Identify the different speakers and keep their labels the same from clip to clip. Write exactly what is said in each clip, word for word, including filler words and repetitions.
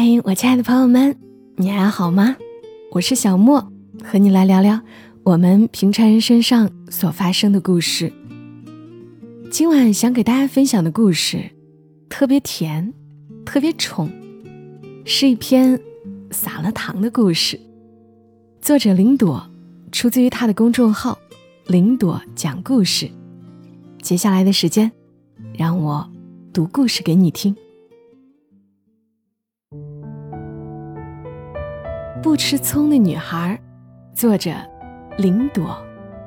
Speaker 1: 嘿，我亲爱的朋友们，你还好吗？我是小莫，和你来聊聊我们平常人身上所发生的故事。今晚想给大家分享的故事特别甜，特别宠，是一篇撒了糖的故事。作者林朵，出自于他的公众号林朵讲故事。接下来的时间，让我读故事给你听。不吃葱的女孩，作者林朵。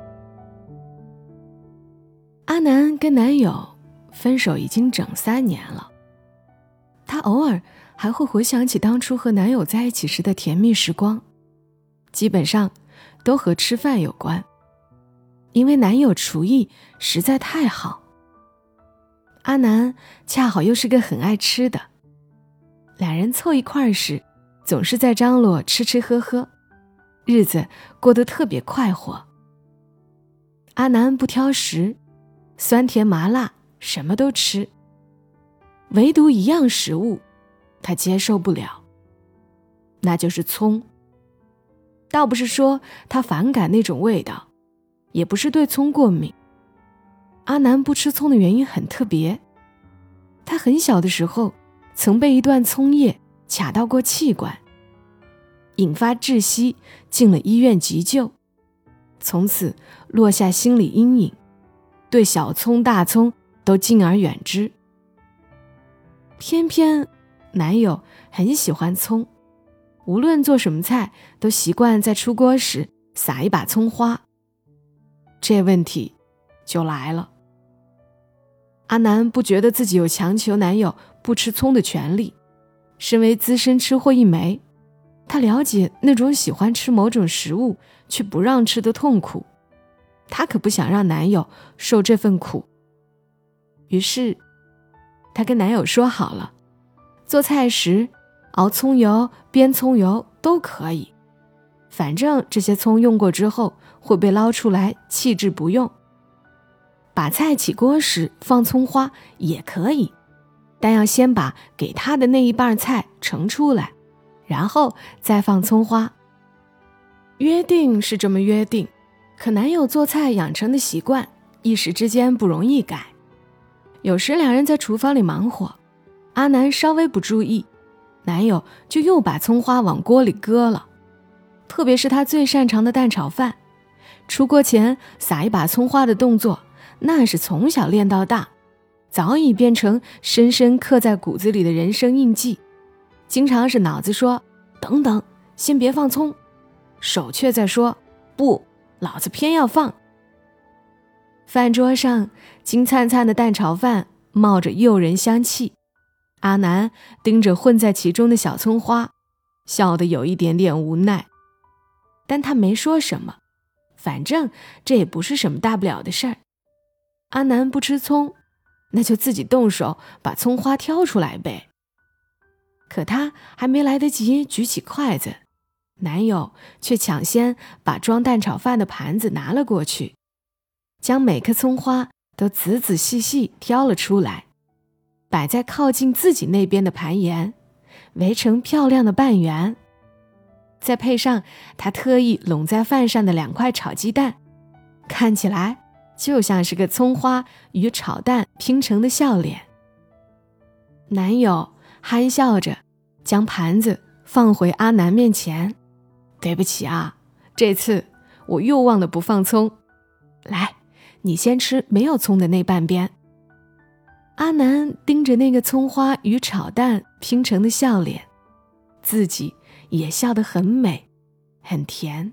Speaker 1: 阿南跟男友分手已经整三年了，她偶尔还会回想起当初和男友在一起时的甜蜜时光，基本上都和吃饭有关，因为男友厨艺实在太好。阿南恰好又是个很爱吃的，两人凑一块儿时总是在张罗吃吃喝喝，日子过得特别快活。阿南不挑食，酸甜麻辣什么都吃，唯独一样食物他接受不了，那就是葱。倒不是说他反感那种味道，也不是对葱过敏。阿南不吃葱的原因很特别，他很小的时候曾被一段葱叶卡到过气管，引发窒息，进了医院急救，从此落下心理阴影，对小葱大葱都敬而远之。偏偏男友很喜欢葱，无论做什么菜都习惯在出锅时撒一把葱花。这问题就来了，阿南不觉得自己有强求男友不吃葱的权利，身为资深吃货一枚，他了解那种喜欢吃某种食物却不让吃的痛苦，他可不想让男友受这份苦。于是他跟男友说好了，做菜时熬葱油煸葱油都可以，反正这些葱用过之后会被捞出来弃置不用。把菜起锅时放葱花也可以，但要先把给他的那一半菜盛出来，然后再放葱花。约定是这么约定，可男友做菜养成的习惯一时之间不容易改。有时两人在厨房里忙活，阿南稍微不注意，男友就又把葱花往锅里搁了。特别是他最擅长的蛋炒饭，出锅前撒一把葱花的动作，那是从小练到大，早已变成深深刻在骨子里的人生印记。经常是脑子说等等，先别放葱，手却在说不，老子偏要放。饭桌上金灿灿的蛋炒饭冒着诱人香气，阿南盯着混在其中的小葱花，笑得有一点点无奈，但他没说什么，反正这也不是什么大不了的事儿。阿南不吃葱，那就自己动手把葱花挑出来呗。可他还没来得及举起筷子，男友却抢先把装蛋炒饭的盘子拿了过去，将每颗葱花都仔仔细细挑了出来，摆在靠近自己那边的盘沿，围成漂亮的半圆。再配上他特意拢在饭上的两块炒鸡蛋，看起来就像是个葱花与炒蛋拼成的笑脸。男友憨笑着将盘子放回阿南面前，对不起啊，这次我又忘了不放葱，来，你先吃没有葱的那半边。阿南盯着那个葱花与炒蛋拼成的笑脸，自己也笑得很美很甜。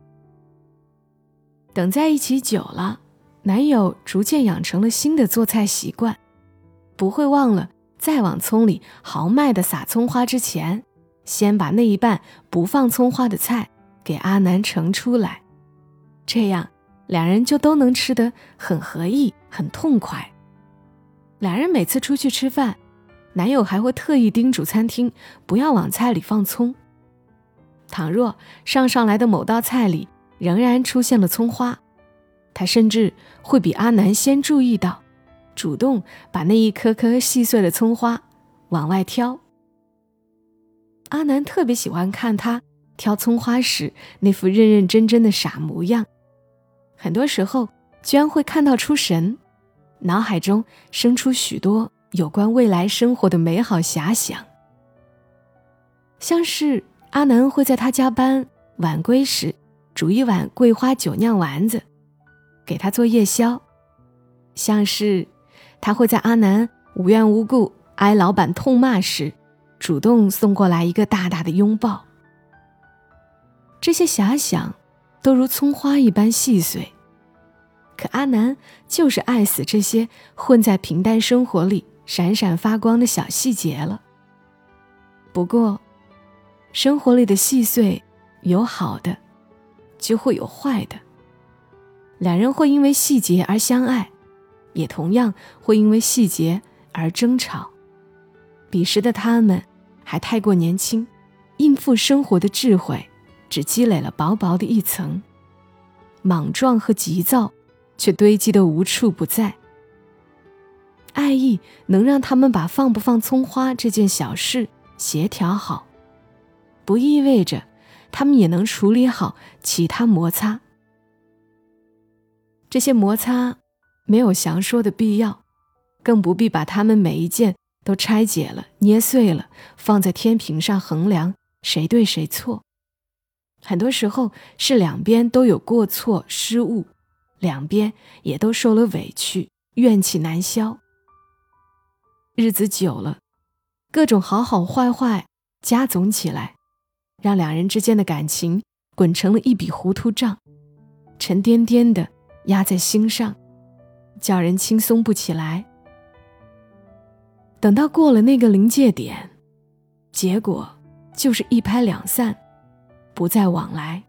Speaker 1: 等在一起久了，男友逐渐养成了新的做菜习惯，不会忘了在往葱里豪迈地撒葱花之前，先把那一半不放葱花的菜给阿南盛出来，这样两人就都能吃得很合意很痛快。两人每次出去吃饭，男友还会特意叮嘱餐厅不要往菜里放葱。倘若上上来的某道菜里仍然出现了葱花，他甚至会比阿南先注意到，主动把那一颗颗细碎的葱花往外挑。 阿南特别喜欢看他挑葱花时那副认认真真的傻模样，很多时候居然会看到出神，脑海中生出许多有关未来生活的美好遐想。像是阿南会在他加班晚归时煮一碗桂花酒酿丸子给他做夜宵，像是他会在阿南无缘无故挨老板痛骂时主动送过来一个大大的拥抱。这些遐想都如葱花一般细碎，可阿南就是爱死这些混在平淡生活里闪闪发光的小细节了。不过生活里的细碎有好的就会有坏的，两人会因为细节而相爱，也同样会因为细节而争吵。彼时的他们还太过年轻，应付生活的智慧只积累了薄薄的一层，莽撞和急躁却堆积得无处不在。爱意能让他们把放不放葱花这件小事协调好，不意味着他们也能处理好其他摩擦。这些摩擦没有详说的必要，更不必把它们每一件都拆解了捏碎了放在天平上衡量谁对谁错。很多时候是两边都有过错失误，两边也都受了委屈，怨气难消。日子久了，各种好好坏坏加总起来，让两人之间的感情滚成了一笔糊涂账，沉甸甸的压在心上，叫人轻松不起来。等到过了那个临界点，结果就是一拍两散，不再往来。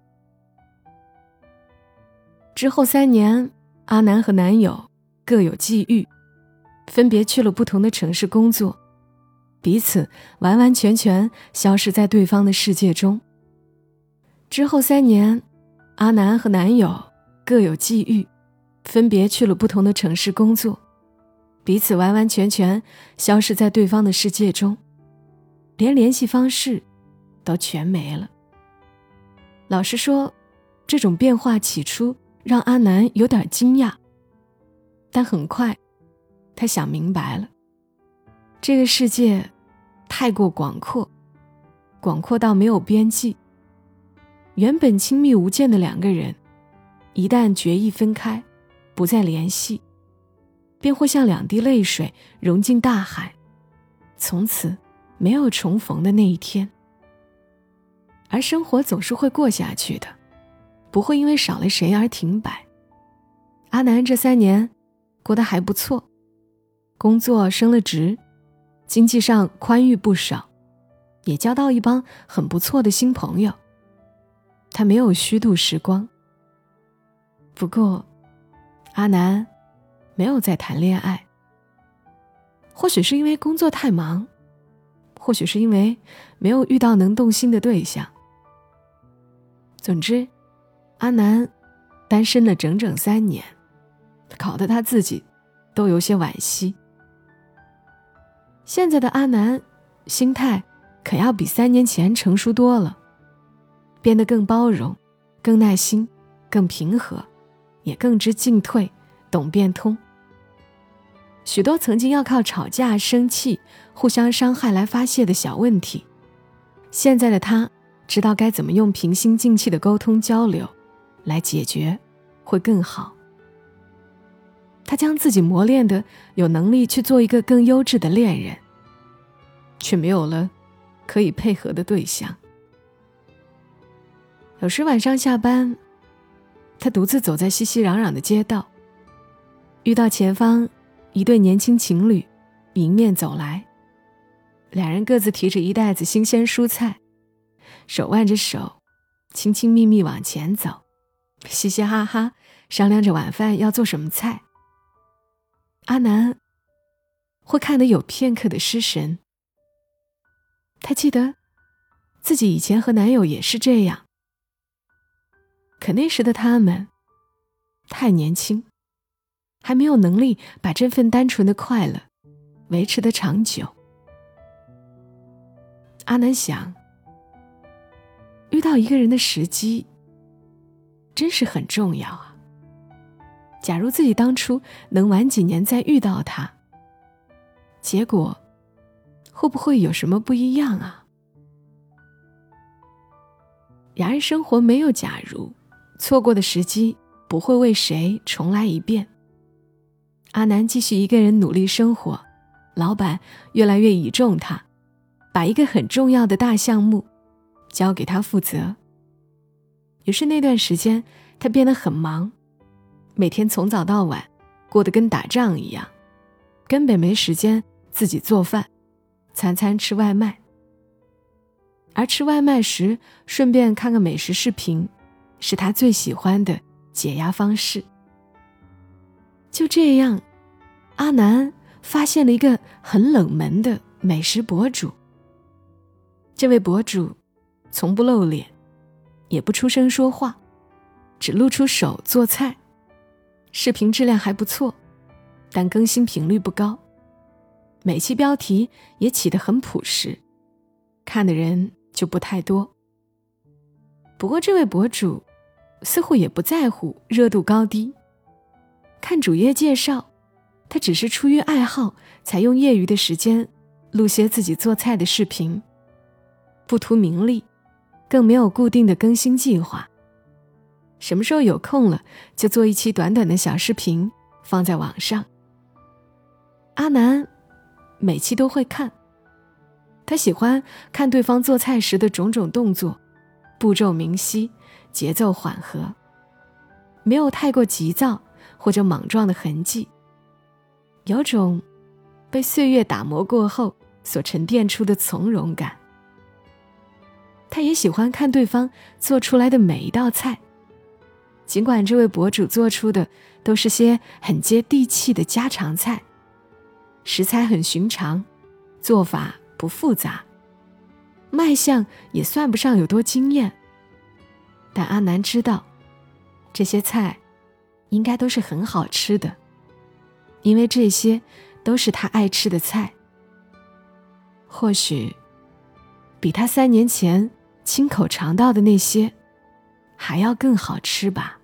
Speaker 1: 之后三年，阿南和男友各有际遇，分别去了不同的城市工作，彼此完完全全消失在对方的世界中。之后三年，阿南和男友各有际遇，分别去了不同的城市工作，彼此完完全全消失在对方的世界中，连联系方式都全没了。老实说，这种变化起初让阿南有点惊讶，但很快他想明白了，这个世界太过广阔，广阔到没有边际。原本亲密无间的两个人，一旦决意分开，不再联系，便会像两滴泪水融进大海，从此没有重逢的那一天。而生活总是会过下去的，不会因为少了谁而停摆。阿南这三年过得还不错，工作升了职，经济上宽裕不少，也交到一帮很不错的新朋友。他没有虚度时光。不过阿南没有再谈恋爱，或许是因为工作太忙，或许是因为没有遇到能动心的对象。总之，阿南单身了整整三年，搞得他自己都有些惋惜。现在的阿南心态可要比三年前成熟多了，变得更包容，更耐心，更平和，也更知进退，懂变通。许多曾经要靠吵架、生气、互相伤害来发泄的小问题，现在的他知道该怎么用平心静气的沟通交流来解决，会更好。他将自己磨练得有能力去做一个更优质的恋人，却没有了可以配合的对象。有时晚上下班，他独自走在熙熙攘攘的街道，遇到前方一对年轻情侣迎面走来，两人各自提着一袋子新鲜蔬菜，手挽着手，亲亲密密往前走，嘻嘻哈哈商量着晚饭要做什么菜。阿南会看得有片刻的失神，他记得自己以前和男友也是这样，可那时的他们太年轻，还没有能力把这份单纯的快乐维持得长久。阿南想， 遇到一个人的时机真是很重要啊。假如自己当初能晚几年再遇到他，结果会不会有什么不一样啊？然而生活没有假如，错过的时机不会为谁重来一遍。阿南继续一个人努力生活，老板越来越倚重他，把一个很重要的大项目交给他负责。于是那段时间他变得很忙，每天从早到晚过得跟打仗一样，根本没时间自己做饭，餐餐吃外卖。而吃外卖时顺便看个美食视频，是他最喜欢的解压方式。就这样，阿南发现了一个很冷门的美食博主。这位博主从不露脸，也不出声说话，只露出手做菜，视频质量还不错，但更新频率不高，每期标题也起得很朴实，看的人就不太多。不过这位博主似乎也不在乎热度高低，看主页介绍，他只是出于爱好才用业余的时间录些自己做菜的视频，不图名利，更没有固定的更新计划，什么时候有空了就做一期短短的小视频放在网上。阿南每期都会看，他喜欢看对方做菜时的种种动作，步骤明晰，节奏缓和，没有太过急躁或者莽撞的痕迹，有种被岁月打磨过后所沉淀出的从容感。他也喜欢看对方做出来的每一道菜，尽管这位博主做出的都是些很接地气的家常菜，食材很寻常，做法不复杂，卖相也算不上有多惊艳，但阿南知道这些菜应该都是很好吃的，因为这些都是他爱吃的菜，或许比他三年前亲口尝到的那些还要更好吃吧。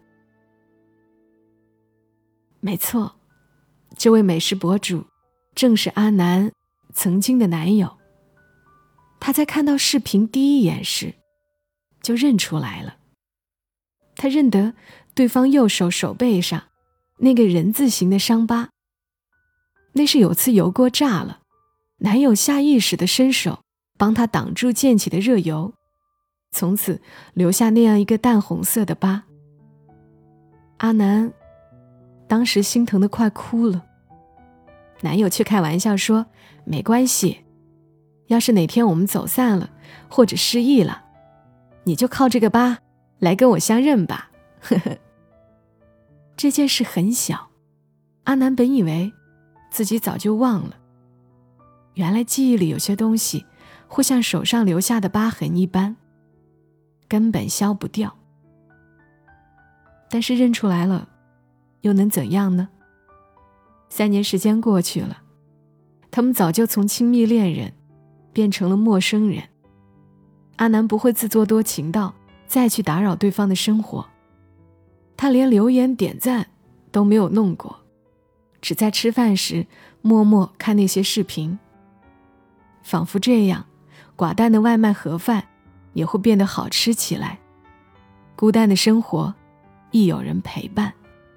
Speaker 1: 没错，这位美食博主正是阿南曾经的男友。他在看到视频第一眼时就认出来了，他认得对方右手手背上那个人字形的伤疤，那是有次油锅炸了，男友下意识地伸手帮他挡住溅起的热油，从此留下那样一个淡红色的疤。阿南当时心疼得快哭了，男友却开玩笑说，没关系，要是哪天我们走散了或者失忆了，你就靠这个疤来跟我相认吧。呵呵。这件事很小，阿南本以为自己早就忘了，原来记忆里有些东西会像手上留下的疤痕一般，根本消不掉。但是认出来了又能怎样呢？三年时间过去了，他们早就从亲密恋人变成了陌生人。阿南不会自作多情到再去打扰对方的生活，他连留言点赞都没有弄过，只在吃饭时默默看那些视频，仿佛这样寡淡的外卖盒饭也会变得好吃起来，孤单的生活亦有人陪伴。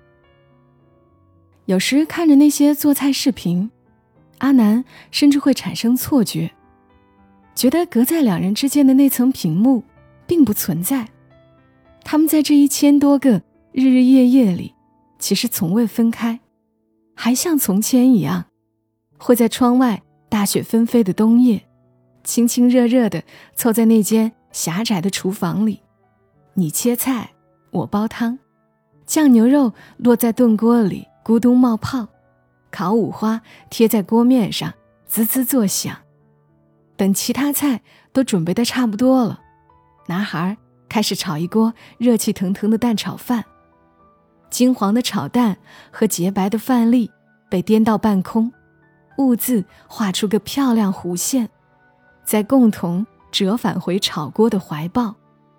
Speaker 1: 有时看着那些做菜视频，阿南甚至会产生错觉，觉得隔在两人之间的那层屏幕并不存在，他们在这一千多个日日夜夜里其实从未分开，还像从前一样，会在窗外大雪纷飞的冬夜，亲亲热热地凑在那间狭窄的厨房里，你切菜我煲汤，酱牛肉落在炖锅里咕咚冒泡，烤五花贴在锅面上滋滋作响。等其他菜都准备得差不多了，男孩开始炒一锅热气腾腾的蛋炒饭，金黄的炒蛋和洁白的饭粒被颠到半空，兀自画出个漂亮弧线，再共同折返回炒锅的怀抱，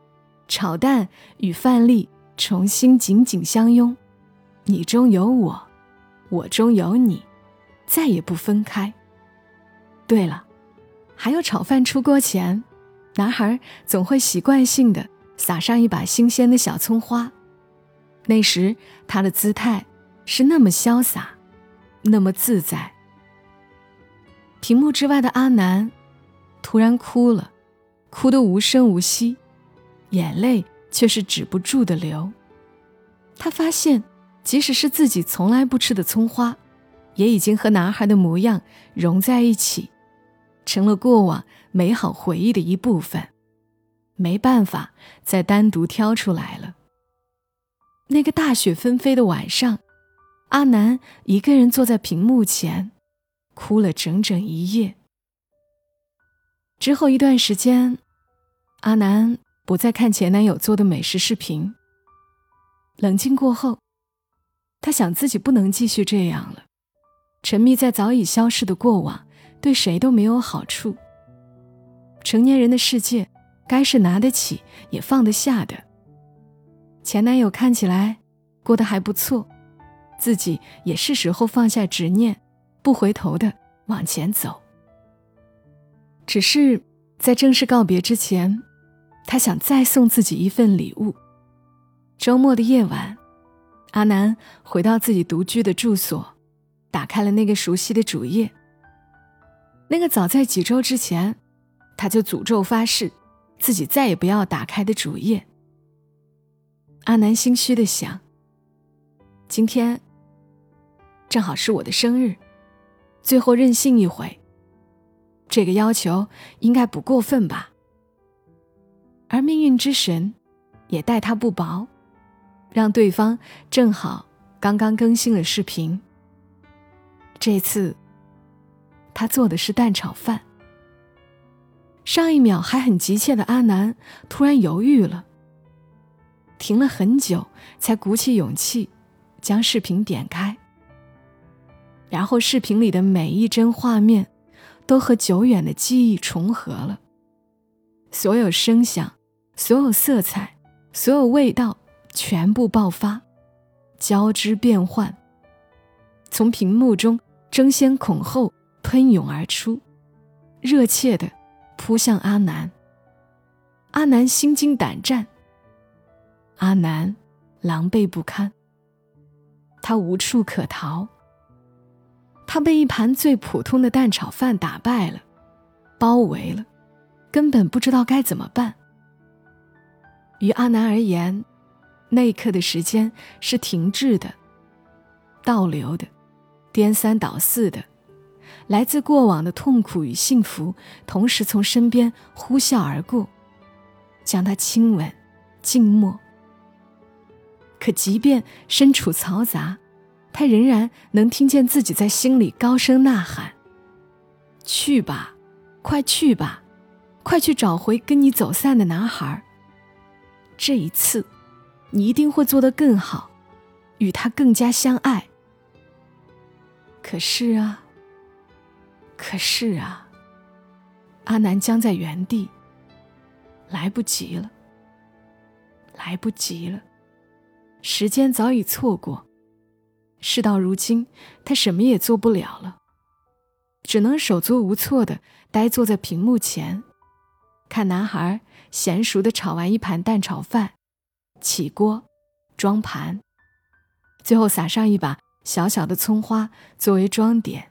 Speaker 1: 炒蛋与饭粒重新紧紧相拥，你中有我，我中有你，再也不分开。对了，还有炒饭出锅前，男孩总会习惯性地撒上一把新鲜的小葱花，那时他的姿态是那么潇洒，那么自在。屏幕之外的阿南突然哭了，哭得无声无息，眼泪却是止不住的流。他发现即使是自己从来不吃的葱花，也已经和男孩的模样融在一起，成了过往美好回忆的一部分，没办法再单独挑出来了。那个大雪纷飞的晚上，阿南一个人坐在屏幕前，哭了整整一夜。之后一段时间，阿南不再看前男友做的美食视频。冷静过后，他想自己不能继续这样了，沉迷在早已消逝的过往，对谁都没有好处。成年人的世界，该是拿得起也放得下的。前男友看起来过得还不错，自己也是时候放下执念，不回头的往前走。只是在正式告别之前，他想再送自己一份礼物。周末的夜晚，阿南回到自己独居的住所，打开了那个熟悉的主页。那个早在几周之前，他就诅咒发誓，自己再也不要打开的主页。阿南心虚地想，今天正好是我的生日，最后任性一回，这个要求应该不过分吧。而命运之神也待他不薄，让对方正好刚刚更新了视频。这次他做的是蛋炒饭。上一秒还很急切的阿南突然犹豫了，停了很久才鼓起勇气将视频点开。然后视频里的每一帧画面都和久远的记忆重合了，所有声响，所有色彩，所有味道全部爆发，交织变换，从屏幕中争先恐后喷涌而出，热切地扑向阿南。阿南心惊胆战，阿南狼狈不堪，他无处可逃。他被一盘最普通的蛋炒饭打败了，包围了，根本不知道该怎么办。于阿南而言，那一刻的时间是停滞的，倒流的，颠三倒四的，来自过往的痛苦与幸福同时从身边呼啸而过，将他亲吻静默。可即便身处嘈杂，他仍然能听见自己在心里高声呐喊，去吧，快去吧，快去找回跟你走散的男孩，这一次你一定会做得更好，与他更加相爱。可是啊，可是啊，阿南僵在原地，来不及了，来不及了，时间早已错过。事到如今，他什么也做不了了，只能手足无措地呆坐在屏幕前，看男孩娴熟地炒完一盘蛋炒饭，起锅装盘，最后撒上一把小小的葱花作为装点。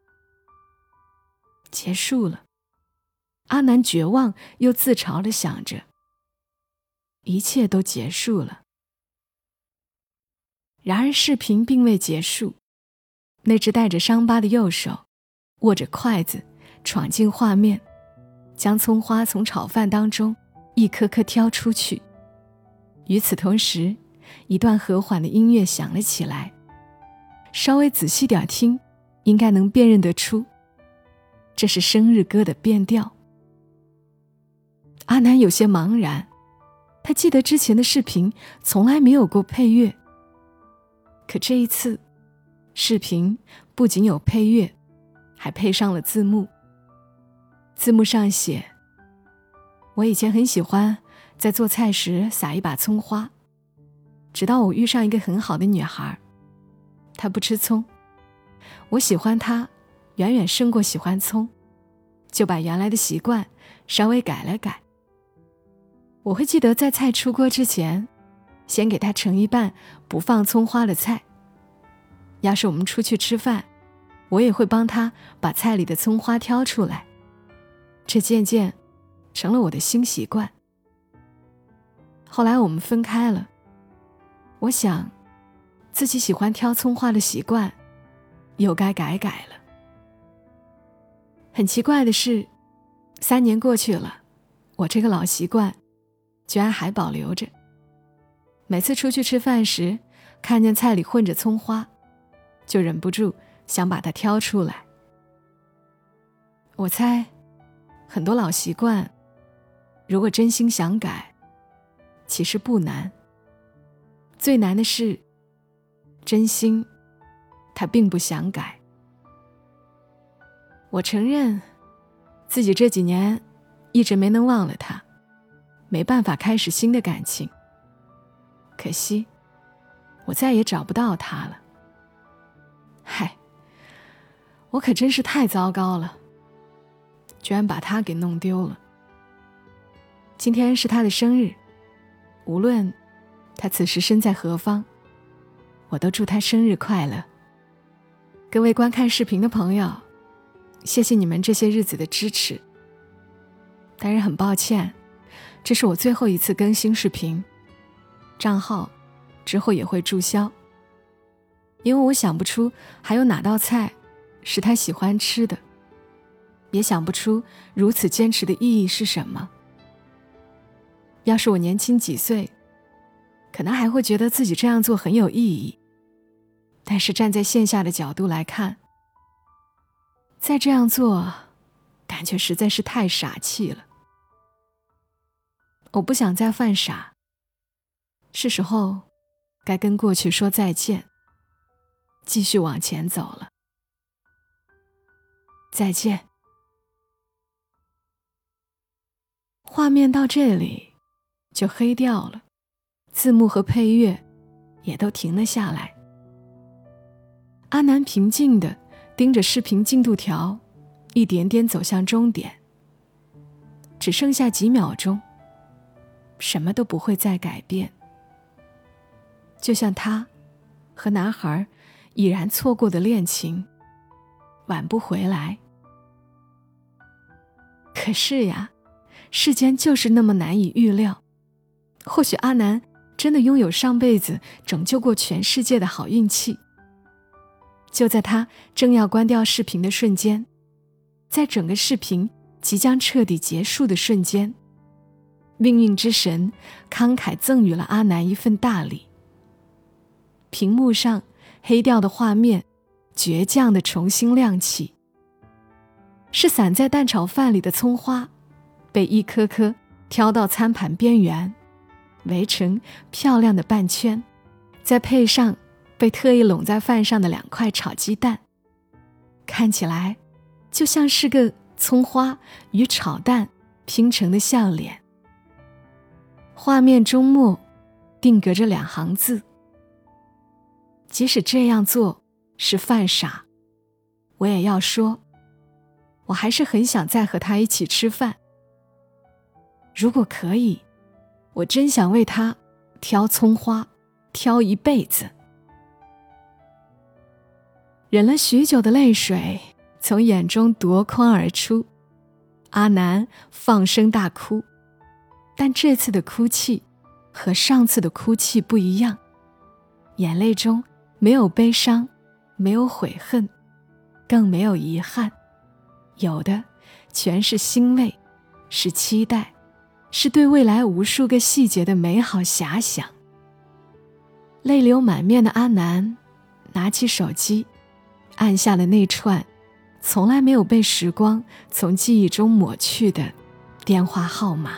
Speaker 1: 结束了，阿南绝望又自嘲地想着，一切都结束了。然而视频并未结束，那只带着伤疤的右手握着筷子闯进画面，将葱花从炒饭当中一颗颗挑出去。与此同时，一段和缓的音乐响了起来，稍微仔细点听，应该能辨认得出，这是生日歌的变调。阿南有些茫然，他记得之前的视频从来没有过配乐，可这一次视频不仅有配乐，还配上了字幕。字幕上写，我以前很喜欢在做菜时撒一把葱花，直到我遇上一个很好的女孩，她不吃葱，我喜欢她远远胜过喜欢葱，就把原来的习惯稍微改了改。我会记得在菜出锅之前，先给她盛一半不放葱花的菜。要是我们出去吃饭，我也会帮她把菜里的葱花挑出来。这渐渐成了我的新习惯。后来我们分开了，我想自己喜欢挑葱花的习惯又该改改了。很奇怪的是，三年过去了，我这个老习惯居然还保留着。每次出去吃饭时，看见菜里混着葱花，就忍不住想把它挑出来。我猜很多老习惯如果真心想改，其实不难，最难的是真心他并不想改。我承认自己这几年一直没能忘了他，没办法开始新的感情，可惜我再也找不到他了。嗨，我可真是太糟糕了，居然把他给弄丢了。今天是他的生日，无论他此时身在何方，我都祝他生日快乐。各位观看视频的朋友，谢谢你们这些日子的支持。但是很抱歉，这是我最后一次更新视频，账号之后也会注销，因为我想不出还有哪道菜是他喜欢吃的，也想不出如此坚持的意义是什么。要是我年轻几岁，可能还会觉得自己这样做很有意义，但是站在线下的角度来看，再这样做感觉实在是太傻气了。我不想再犯傻，是时候该跟过去说再见，继续往前走了。再见。画面到这里就黑掉了，字幕和配乐也都停了下来。阿南平静地盯着视频进度条，一点点走向终点。只剩下几秒钟，什么都不会再改变。就像他和男孩已然错过的恋情，挽不回来。可是呀，世间就是那么难以预料。或许阿南真的拥有上辈子拯救过全世界的好运气。就在他正要关掉视频的瞬间，在整个视频即将彻底结束的瞬间，命运之神慷慨赠予了阿南一份大礼。屏幕上黑掉的画面倔强地重新亮起，是散在蛋炒饭里的葱花被一颗颗挑到餐盘边缘，围成漂亮的半圈，再配上被特意拢在饭上的两块炒鸡蛋，看起来就像是个葱花与炒蛋拼成的笑脸。画面中末定格着两行字：即使这样做是犯傻，我也要说，我还是很想再和他一起吃饭。如果可以，我真想为他挑葱花，挑一辈子。忍了许久的泪水从眼中夺眶而出，阿南放声大哭。但这次的哭泣和上次的哭泣不一样，眼泪中没有悲伤，没有悔恨，更没有遗憾，有的全是欣慰，是期待，是对未来无数个细节的美好遐想。泪流满面的阿南拿起手机，按下了那串从来没有被时光从记忆中抹去的电话号码。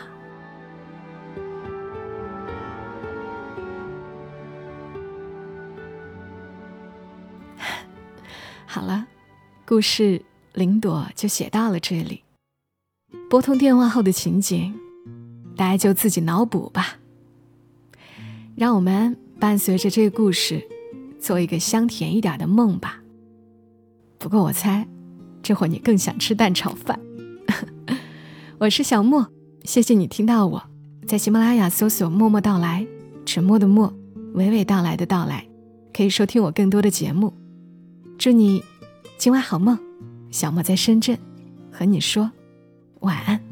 Speaker 1: 好了，故事零朵就写到了这里。拨通电话后的情景大家就自己脑补吧。让我们伴随着这个故事做一个香甜一点的梦吧。不过我猜这会儿你更想吃蛋炒饭。我是小莫，谢谢你听到我，在喜马拉雅搜索默默到来，沉默的默，娓娓道来的到来，可以收听我更多的节目。祝你今晚好梦，小莫在深圳和你说晚安。